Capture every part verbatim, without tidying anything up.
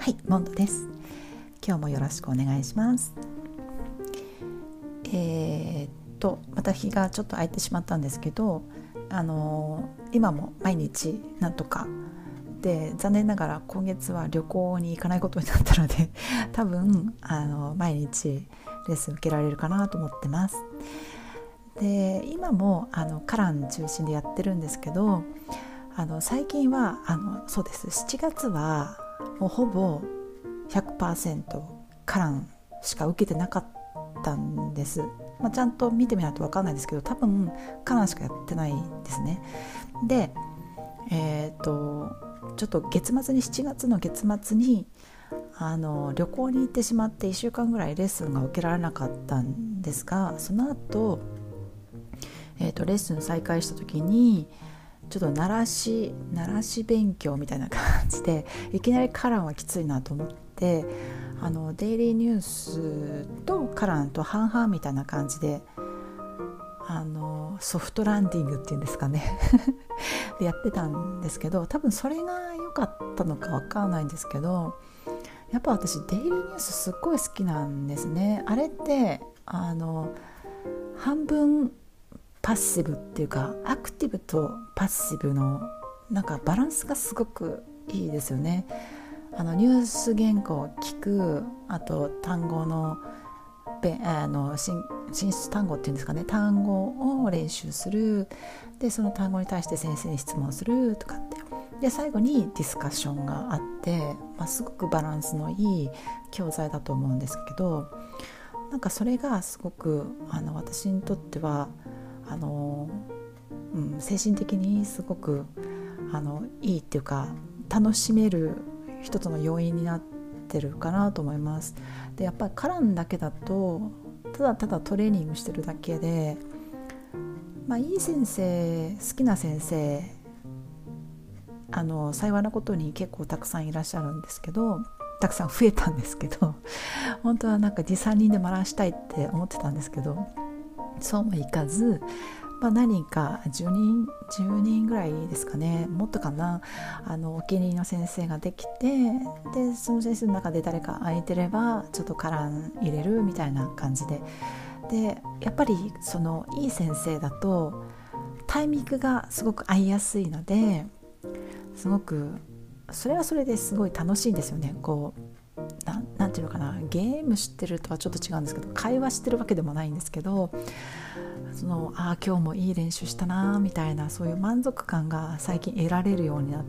はい、モンドです。今日もよろしくお願いします。えー、っとまた日がちょっと空いてしまったんですけど、あのー、今も毎日なんとかで、残念ながら今月は旅行に行かないことになったので多分あの毎日レッスン受けられるかなと思ってます。で今もあのカラン中心でやってるんですけど、あの最近はあのそうですしちがつはもうほぼ ひゃくパーセント カランしか受けてなかったんです、まあ、ちゃんと見てみないと分かんないですけど、多分カランしかやってないですね。でえっ、とちょっと月末にしちがつの月末にあの旅行に行ってしまっていっしゅうかんぐらいレッスンが受けられなかったんですが、その後、えー、とレッスン再開した時にちょっと慣らし慣らし勉強みたいな感じで、いきなりカランはきついなと思って、あのデイリーニュースとカランと半々みたいな感じで、あのソフトランディングっていうんですかねでやってたんですけど、多分それが良かったのか分かんないんですけど、やっぱ私デイリーニュースすっごい好きなんですね。あれってあの半分パッシブっていうか、アクティブとパッシブのなんかバランスがすごくいいですよね。あのニュース原稿を聞く、あと単語のあの 新, 新出単語っていうんですかね、単語を練習する、でその単語に対して先生に質問するとかって、で最後にディスカッションがあって、まあ、すごくバランスのいい教材だと思うんですけど、なんかそれがすごくあの私にとってはあの、うん、精神的にすごくあのいいっていうか、楽しめる一つの要因になってるかなと思います。でやっぱりカランだけだとただただトレーニングしてるだけで、まあ、いい先生、好きな先生、あの幸いなことに結構たくさんいらっしゃるんですけど、たくさん増えたんですけど本当はなんかに、さんにんで回したいって思ってたんですけど、そうもいかず、まあ、何人かじゅうにんじゅうにんぐらいですかね、もっとかな、あのお気に入りの先生ができて、でその先生の中で誰か空いてればちょっとカラン入れるみたいな感じで、でやっぱりそのいい先生だとタイミングがすごく合いやすいので、すごくそれはそれですごい楽しいんですよね。こう な, なんていうのかな、ゲームしてるとはちょっと違うんですけど、会話してるわけでもないんですけど、そのあ今日もいい練習したなみたいな、そういう満足感が最近得られるようになって、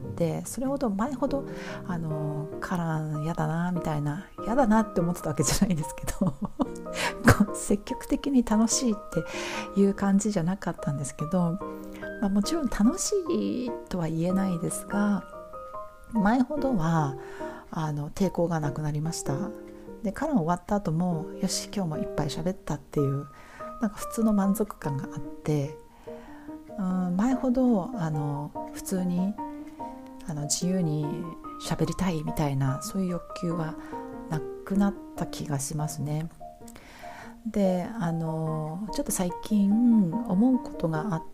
それほど前ほどあのカランやだなみたいな、やだなって思ってたわけじゃないんですけど積極的に楽しいっていう感じじゃなかったんですけど、まあ、もちろん楽しいとは言えないですが、前ほどはあの抵抗がなくなりました。でカラン終わった後もよし今日もいっぱい喋ったっていうなんか普通の満足感があって、うん、前ほどあの普通にあの自由に喋りたいみたいな、そういう欲求はなくなった気がしますね。であのちょっと最近思うことがあって、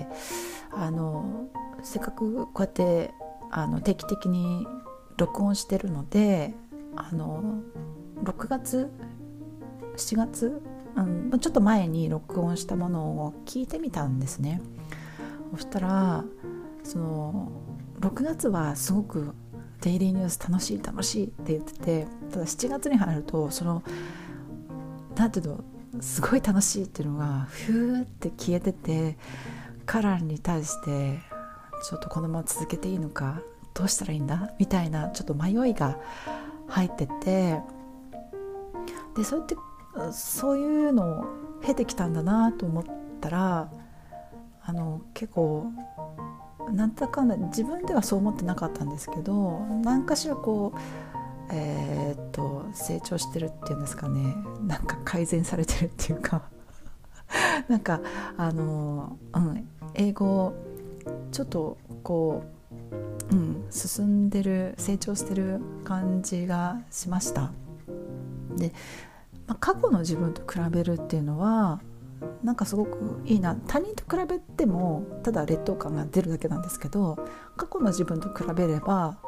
あのせっかくこうやってあの定期的に録音してるので、あのろくがつしちがつ、うん、ちょっと前に録音したものを聞いてみたんですね。そしたらそのろくがつはすごくデイリーニュース楽しい楽しいって言ってて、ただしちがつに入るとそのなんていうの、すごい楽しいっていうのがふーって消えてて、カラーに対してちょっとこのまま続けていいのか、どうしたらいいんだみたいなちょっと迷いが入ってて、でそうやってそういうのを経てきたんだなと思ったら、あの結構なんだかんだ自分ではそう思ってなかったんですけど、何かしらこうえー、っと成長してるっていうんですかね、なんか改善されてるっていうかなんかあの、うん、英語ちょっとこう、うん、進んでる、成長してる感じがしました。で、まあ、過去の自分と比べるっていうのはなんかすごくいいな。他人と比べてもただ劣等感が出るだけなんですけど、過去の自分と比べれば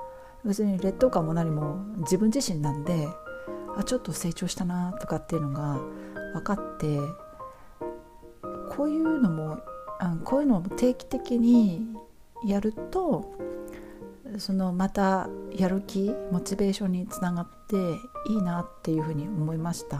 別に劣等感も何も自分自身なんで、あちょっと成長したなとかっていうのが分かって、こういうのもあこういうのを定期的にやると、そのまたやる気モチベーションにつながっていいなっていうふうに思いました。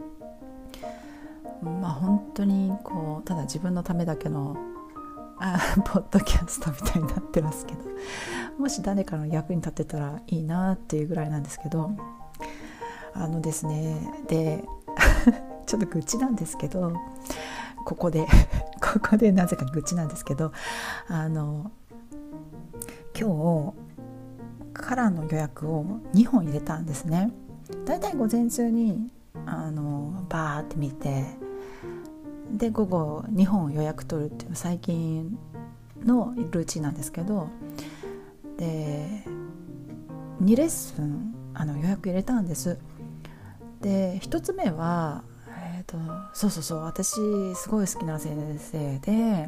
まあ本当にこうただ自分のためだけのあポッドキャストみたいになってますけど、もし誰かの役に立てたらいいなっていうぐらいなんですけど、あのですねでちょっと愚痴なんですけど、ここでここでなぜか愚痴なんですけど、あの今日カラーの予約をにほん入れたんですね。だいたい午前中にあのバーって見て、で午後にほん予約取るっていう最近のルーチンなんですけど、でにレッスンあの予約入れたんです。でひとつめは、えーと、そうそうそう私すごい好きな先生で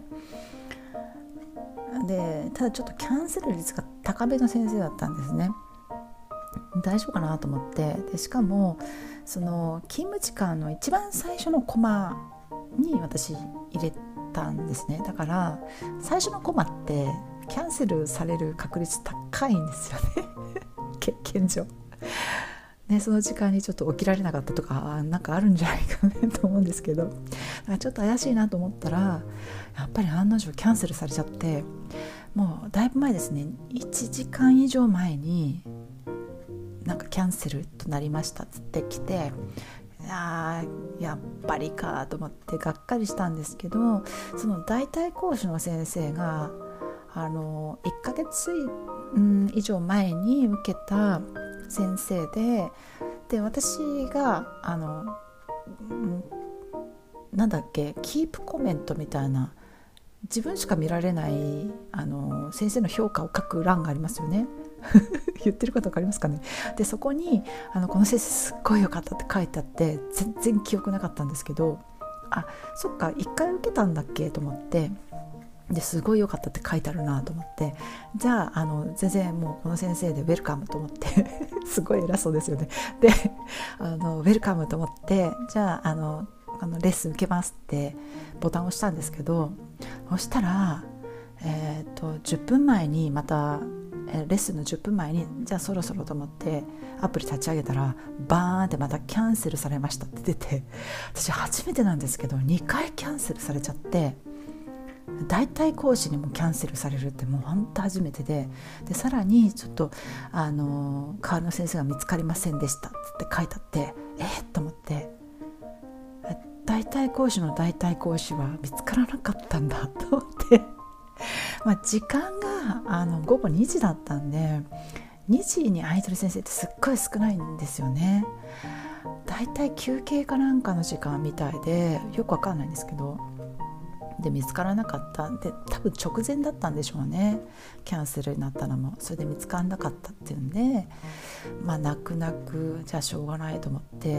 でただちょっとキャンセル率が高めの先生だったんですね。大丈夫かなと思って、でしかもその勤務時間の一番最初のコマに私入れたんですね。だから最初のコマってキャンセルされる確率高いんですよね経験上ね、その時間にちょっと起きられなかったとかなんかあるんじゃないかねと思うんですけど、だからちょっと怪しいなと思ったらやっぱり案の定キャンセルされちゃって、もうだいぶ前ですね、いちじかん以上前になんかキャンセルとなりましたっつってきて、あやっぱりかと思ってがっかりしたんですけど、その代替講師の先生があのいっかげつ以上前に受けた先生で、で私があの、うん、なんだっけキープコメントみたいな自分しか見られないあの先生の評価を書く欄がありますよね言ってること分かりますかね。でそこにあのこの先生すっごい良かったって書いてあって、全然記憶なかったんですけど、あそっかいっかい受けたんだっけと思って、ですごい良かったって書いてあるなと思って、じゃあ、あの全然もうこの先生でウェルカムと思ってすごい偉そうですよね。であのウェルカムと思って、じゃああのあのレッスン受けますってボタンを押したんですけど、押したら、えー、とじゅっぷんまえにまたレッスンのじゅっぷんまえにじゃあそろそろと思ってアプリ立ち上げたらバーンってまたキャンセルされましたって出て、私初めてなんですけどにかいキャンセルされちゃって、代替講師にもキャンセルされるってもう本当初めてで、でさらにちょっとあの代わりの先生が見つかりませんでしたって書いてあって、えー、と思って、代替講師の代替講師は見つからなかったんだと思ってまあ時間があのごごにじだったんで、にじに空いてる先生ってすっごい少ないんですよね。だいたい休憩かなんかの時間みたいでよくわかんないんですけど、で見つからなかったんで、多分直前だったんでしょうね、キャンセルになったのも。それで見つからなかったっていうんで、まあ泣く泣くじゃあしょうがないと思って、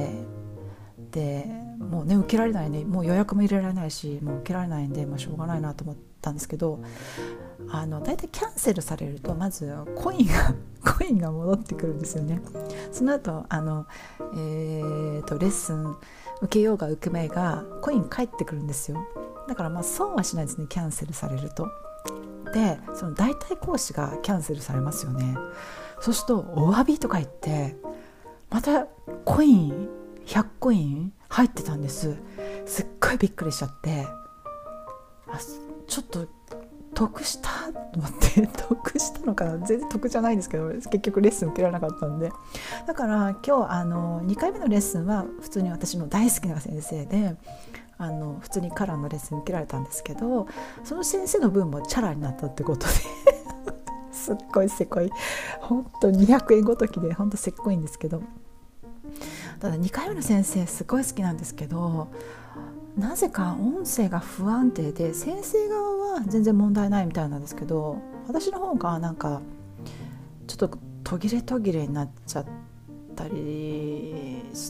でもうね受けられないね、もう予約も入れられないしもう受けられないんで、まあ、しょうがないなと思ったんですけど、あのだいたいキャンセルされるとまずコインがコインが戻ってくるんですよね。その後あの、えー、とレッスン受けようが受けまいがコイン返ってくるんですよ。だからまあ損はしないですね、キャンセルされると。でその代替講師がキャンセルされますよね。そうするとお詫びとか言ってまたコインひゃくコイン入ってたんです。すっごいびっくりしちゃって、あちょっと得したと思って得したのかな、全然得じゃないんですけど結局レッスン受けられなかったんで、だから今日あのにかいめのレッスンは普通に私の大好きな先生で、あの普通にカラーのレッスン受けられたんですけど、その先生の分もチャラになったってことですっごいせこい、本当にひゃくえんごときで本当せっこいんですけど、ただにかいめの先生すごい好きなんですけど、なぜか音声が不安定で先生側は全然問題ないみたいなんですけど、私の方がなんかちょっと途切れ途切れになっちゃったりして、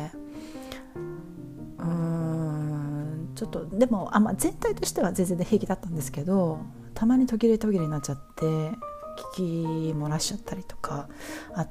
うーんちょっとでもあ、まあ、全体としては全然平気だったんですけど、たまに途切れ途切れになっちゃって聞き漏らしちゃったりとかあって、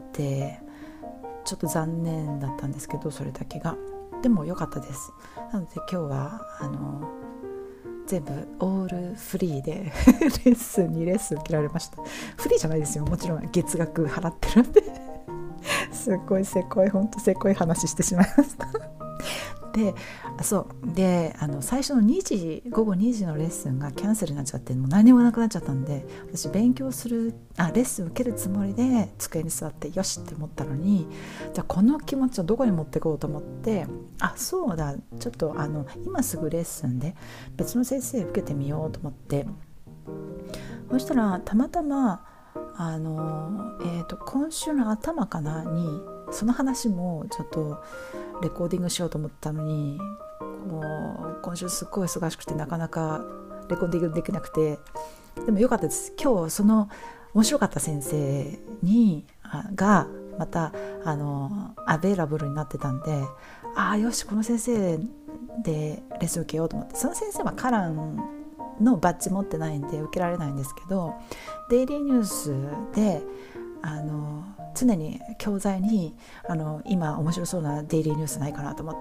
ちょっと残念だったんですけど、それだけがでも良かったです。なので今日はあの全部オールフリーでレッスンにレッスン受けられました。フリーじゃないですよ、もちろん月額払ってるんですっごいせこい本当せこい話してしまいましたで、そうであの最初のにじ午後にじのレッスンがキャンセルになっちゃって、もう何もなくなっちゃったんで、私勉強するあレッスン受けるつもりで机に座ってよしって思ったのに、じゃあこの気持ちをどこに持っていこうと思って、あそうだちょっとあの今すぐレッスンで別の先生受けてみようと思って、そしたらたまたまあの、えーと、今週の頭かなにその話もちょっとレコーディングしようと思ったのに、こう今週すっごい忙しくてなかなかレコーディングできなくて、でもよかったです。今日その面白かった先生にがまたあのアベイラブルになってたんで、ああよしこの先生でレッスン受けようと思って、その先生はカランのバッジ持ってないんで受けられないんですけど、デイリーニュースであの常に教材にあの今面白そうなデイリーニュースないかなと思って、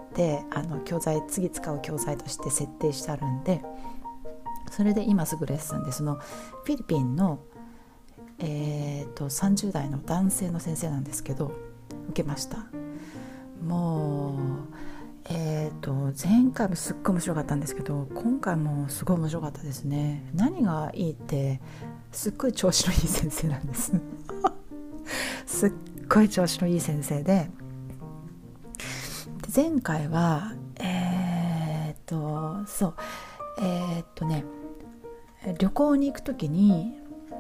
あの教材次使う教材として設定してあるんで、それで今すぐレッスンでそのフィリピンの、えー、とさんじゅう代の男性の先生なんですけど受けました。もうえー、と前回もすっごい面白かったんですけど、今回もすごい面白かったですね。何がいいってすっごい調子のいい先生なんですすっごい調子のいい先生で、で前回はえー、っとそうえー、っとね旅行に行くときに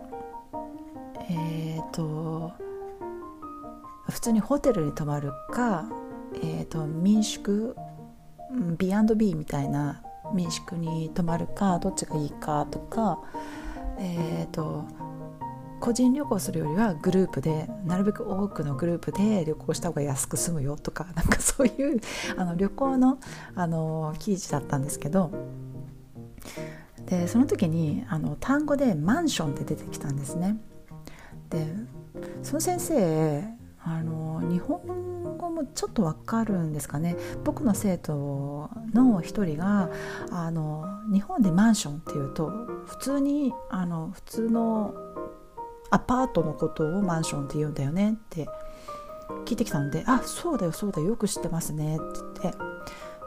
えー、っと普通にホテルに泊まるか、えー、と民宿 ビーアンドビー みたいな民宿に泊まるかどっちがいいかとか、えー、と個人旅行するよりはグループでなるべく多くのグループで旅行した方が安く済むよとか、なんかそういうあの旅行の、あの記事だったんですけど、でその時にあの単語でマンションって出てきたんですね。でその先生あの日本語もちょっとわかるんですかね。僕の生徒の一人があの日本でマンションっていうと普通にあの普通のアパートのことをマンションって言うんだよねって聞いてきたので、あそうだよそうだよよく知ってますねって言って、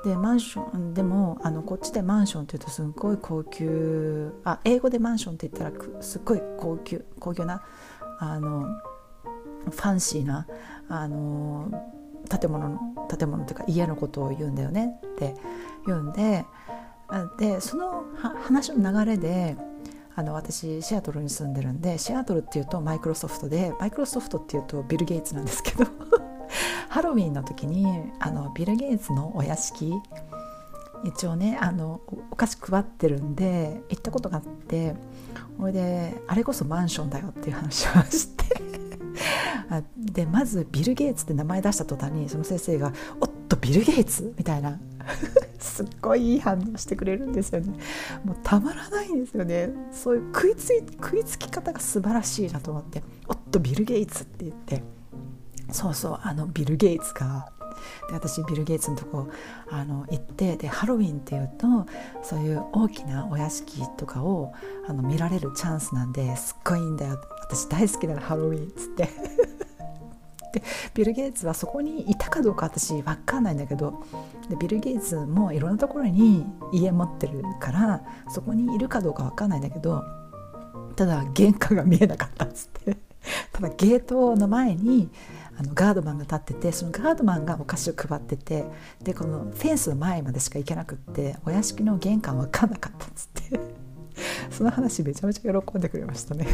でマンションでもあのこっちでマンションって言うとすごい高級、あ英語でマンションって言ったらすっごい高級高級なあのファンシーなあの建物の建物というか家のことを言うんだよねって言うんで、でその話の流れであの私シアトルに住んでるんで、シアトルっていうとマイクロソフトで、マイクロソフトっていうとビル・ゲイツなんですけどハロウィンの時にあのビル・ゲイツのお屋敷一応ねあのお菓子配ってるんで行ったことがあって、それであれこそマンションだよっていう話をしてでまずビル・ゲイツって名前出した途端にその先生がおっとビル・ゲイツみたいなすっごいいい反応してくれるんですよね。もうたまらないんですよね。そういう食いつい食いつき方が素晴らしいなと思って、おっとビル・ゲイツって言って、そうそうあのビル・ゲイツがで私ビル・ゲイツのとこあの行って、でハロウィンっていうとそういう大きなお屋敷とかをあの見られるチャンスなんですっごいいいんだよ、私大好きなのハロウィンっつってでビル・ゲイツはそこにいたかどうか私分かんないんだけど、でビル・ゲイツもいろんなところに家持ってるからそこにいるかどうか分かんないんだけど、ただ玄関が見えなかったっつってただゲートの前にあのガードマンが立ってて、そのガードマンがお菓子を配ってて、でこのフェンスの前までしか行けなくってお屋敷の玄関分かんなかったっつってその話めちゃめちゃ喜んでくれましたね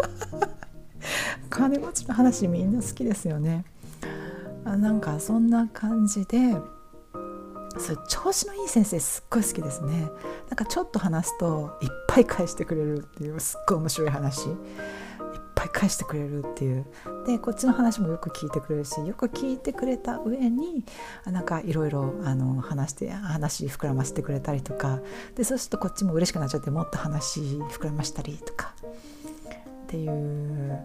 金持ちの話みんな好きですよね。あなんかそんな感じで、そういう調子のいい先生すっごい好きですね。なんかちょっと話すといっぱい返してくれるっていうすっごい面白い話いっぱい返してくれるっていう、でこっちの話もよく聞いてくれるし、よく聞いてくれた上になんかいろいろ話して話膨らませてくれたりとかで、そうするとこっちも嬉しくなっちゃってもっと話膨らましたりとかっていう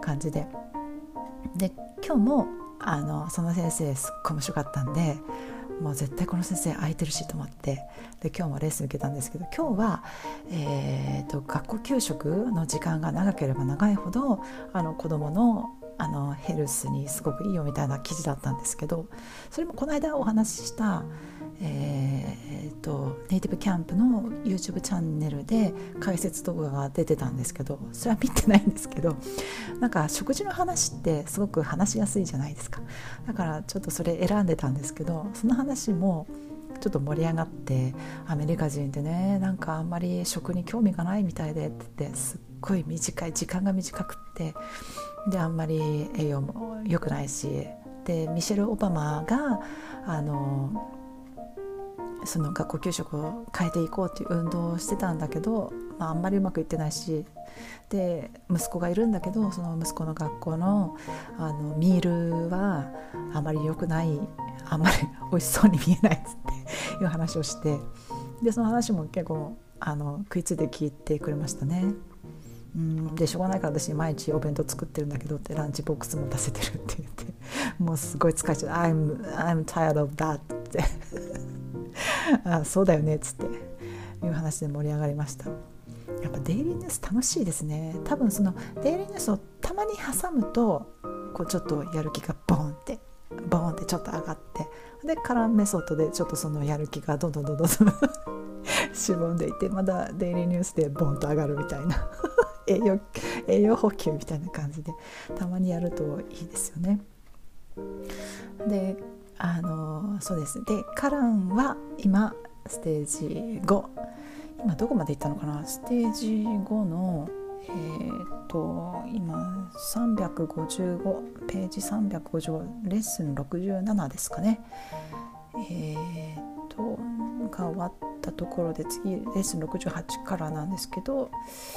感じで、で今日もあのその先生すっごい面白かったんで、もう絶対この先生空いてるしと思って、で今日もレッスン受けたんですけど、今日は、えー、と学校給食の時間が長ければ長いほどあの子どものあのヘルスにすごくいいよみたいな記事だったんですけど、それもこの間お話しした、えー、とネイティブキャンプの YouTube チャンネルで解説動画が出てたんですけど、それは見てないんですけど、なんか食事の話ってすごく話しやすいじゃないですか。だからちょっとそれ選んでたんですけど、その話もちょっと盛り上がって、アメリカ人ってね、なんかあんまり食に興味がないみたいでって言って、すっごい短い時間が短くって、であんまり栄養も良くないし、でミシェル・オバマがあのその学校給食を変えていこうっていう運動をしてたんだけど、まあ、あんまりうまくいってないし、で息子がいるんだけど、その息子の学校の、あのミールはあまり良くない、あんまり美味しそうに見えないっつっていう話をして、でその話も結構あの食いついて聞いてくれましたね。うん、でしょうがないから私毎日お弁当作ってるんだけどって、ランチボックスも出せてるって言って、もうすごい疲れちゃう I'm, I'm tired of that ってあそうだよねっつっていう話で盛り上がりました。やっぱデイリーニュース楽しいですね。多分そのデイリーニュースをたまに挟むと、こうちょっとやる気がボーンってボーンってちょっと上がって、でカラーメソッドでちょっとそのやる気がどんどんどんどんしぼんでいて、まだデイリーニュースでボーンと上がるみたいな栄養、栄養補給みたいな感じでたまにやるといいですよね。であのそうです。でカランは今ステージご、今どこまで行ったのかな。ステージごのえー、と今さんびゃくごじゅうごページさんびゃくごじゅうご、レッスンろくじゅうななですかね。えー、とが終わったところで、次レッスンろくじゅうはちからなんですけど、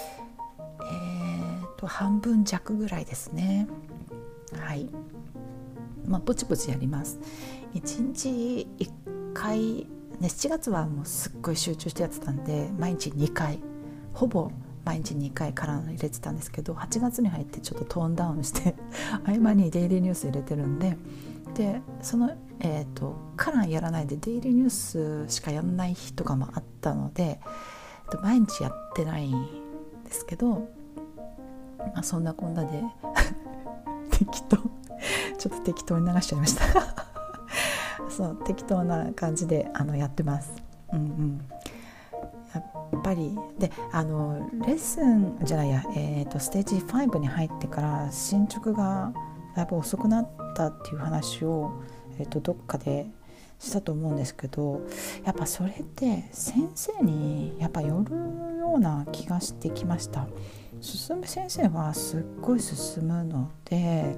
えー、と半分弱ぐらいですね。はい、まあぼちぼちやります。いちにちいっかいね、しちがつはもうすっごい集中してやってたんで、毎日にかい、ほぼ毎日にかいカラー入れてたんですけど、はちがつに入ってちょっとトーンダウンして合間にデイリーニュース入れてるんで、でその、えー、とカラーやらないでデイリーニュースしかやらない日とかもあったので、毎日やってないんですけど、まあ、そんなこんなで適当ちょっと適当に流しちゃいましたそう適当な感じであのやってます。うんうん、やっぱりであのレッスンじゃないや、えー、とステージごに入ってから進捗がだいぶ遅くなったっていう話を、えー、とどっかでしたと思うんですけど、やっぱそれって先生にやっぱよるような気がしてきました。進む先生はすっごい進むので、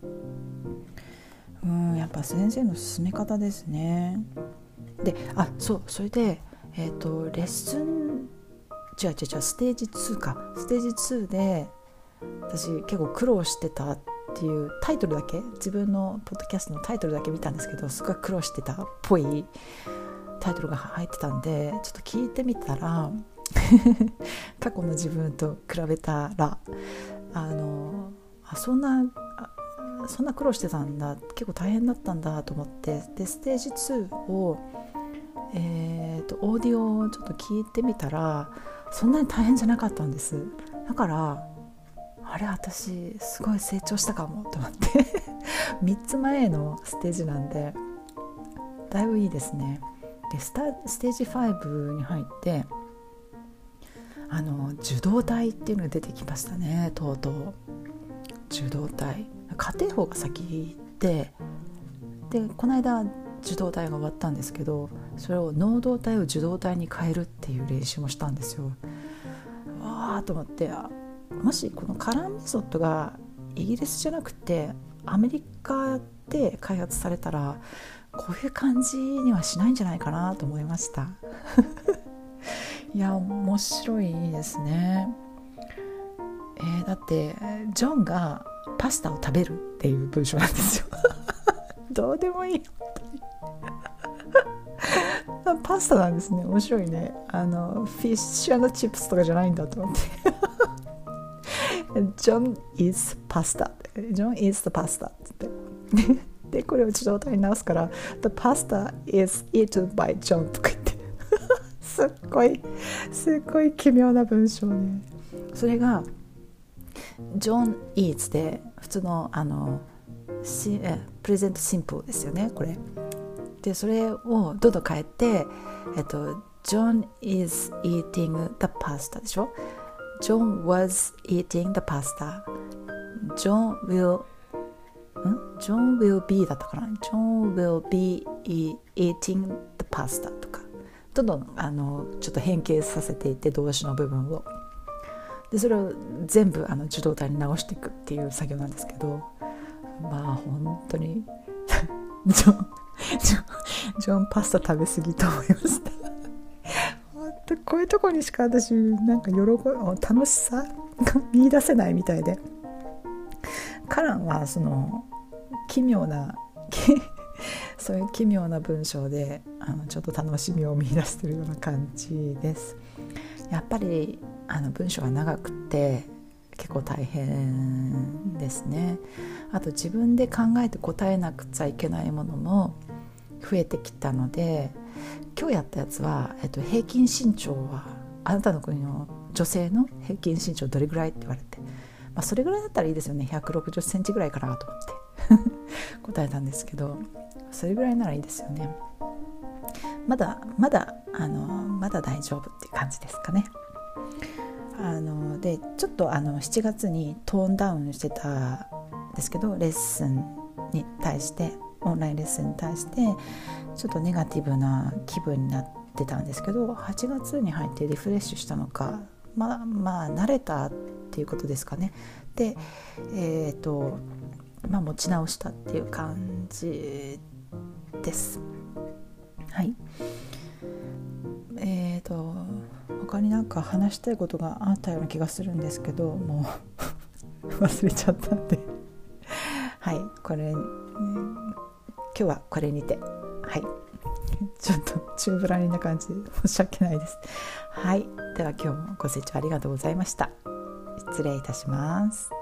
うんやっぱ先生の進め方ですね。であそうそれでえー、とレッスン違う違う違うステージにかステージにで私結構苦労してたっていうタイトルだけ、自分のポッドキャストのタイトルだけ見たんですけど、すごい苦労してたっぽいタイトルが入ってたんで、ちょっと聞いてみたら過去の自分と比べたらあのあそんなそんな苦労してたんだ、結構大変だったんだと思って、でステージにをえー、とオーディオをちょっと聞いてみたらそんなに大変じゃなかったんです。だからあれ私すごい成長したかもと思ってみっつまえのステージなんでだいぶいいですね。で ス, タステージごに入ってあの受動体っていうのが出てきましたね。とうとう受動体、家庭法が先で、でこの間受動体が終わったんですけど、それを能動体を受動体に変えるっていう練習もしたんですよ。わーと思って、もしこのカラーメソッドがイギリスじゃなくてアメリカで開発されたらこういう感じにはしないんじゃないかなと思いましたいや面白いですね。えー、だってジョンがパスタを食べるっていう文章なんですよどうでもいいパスタなんですね。面白いね。あのフィッシュ&チップスとかじゃないんだと思って John is pasta John is the pasta ってでこれを自動体に直すから The pasta is eaten by John とか言ってすっごいすっごい奇妙な文章ね。それが John eats で普通のあのしえプレゼントシンプルですよねこれで。それをどんどん変えて、えっと、John is eating the pasta でしょ。 John was eating the pasta John will ん John will be だったかな。 John will be eating the pasta とかどんどんあのちょっと変形させていって動詞の部分をでそれを全部あの受動体に直していくっていう作業なんですけど、まあ本当にジョンジョンジョンパスタ食べ過ぎと思いました本当こういうところにしか私なんか喜び楽しさ見出せないみたいで、カランはその奇妙なそういう奇妙な文章であのちょっと楽しみを見出してるような感じです。やっぱりあの文章が長くて結構大変ですね。あと自分で考えて答えなくちゃいけないものも増えてきたので、今日やったやつは、えっと、平均身長はあなたの国の女性の平均身長どれぐらいって言われて、まあ、それぐらいだったらいいですよね。ひゃくろくじゅっセンチぐらいかなと思って答えたんですけど、それぐらいならいいですよね。まだまだあのまだ大丈夫っていう感じですかね。あのでちょっとあのしちがつにトーンダウンしてたんですけど、レッスンに対してオンラインレッスンに対してちょっとネガティブな気分になってたんですけど、はちがつに入ってリフレッシュしたのか、まあまあ慣れたっていうことですかね。でえっとまあ持ち直したっていう感じです。はい。えっと他になんか話したいことがあったような気がするんですけど、もう忘れちゃったんではいこれ、ね、今日はこれにて、はいちょっと中ぶらりんな感じで申し訳ないです。はい、では今日もご清聴ありがとうございました。失礼いたします。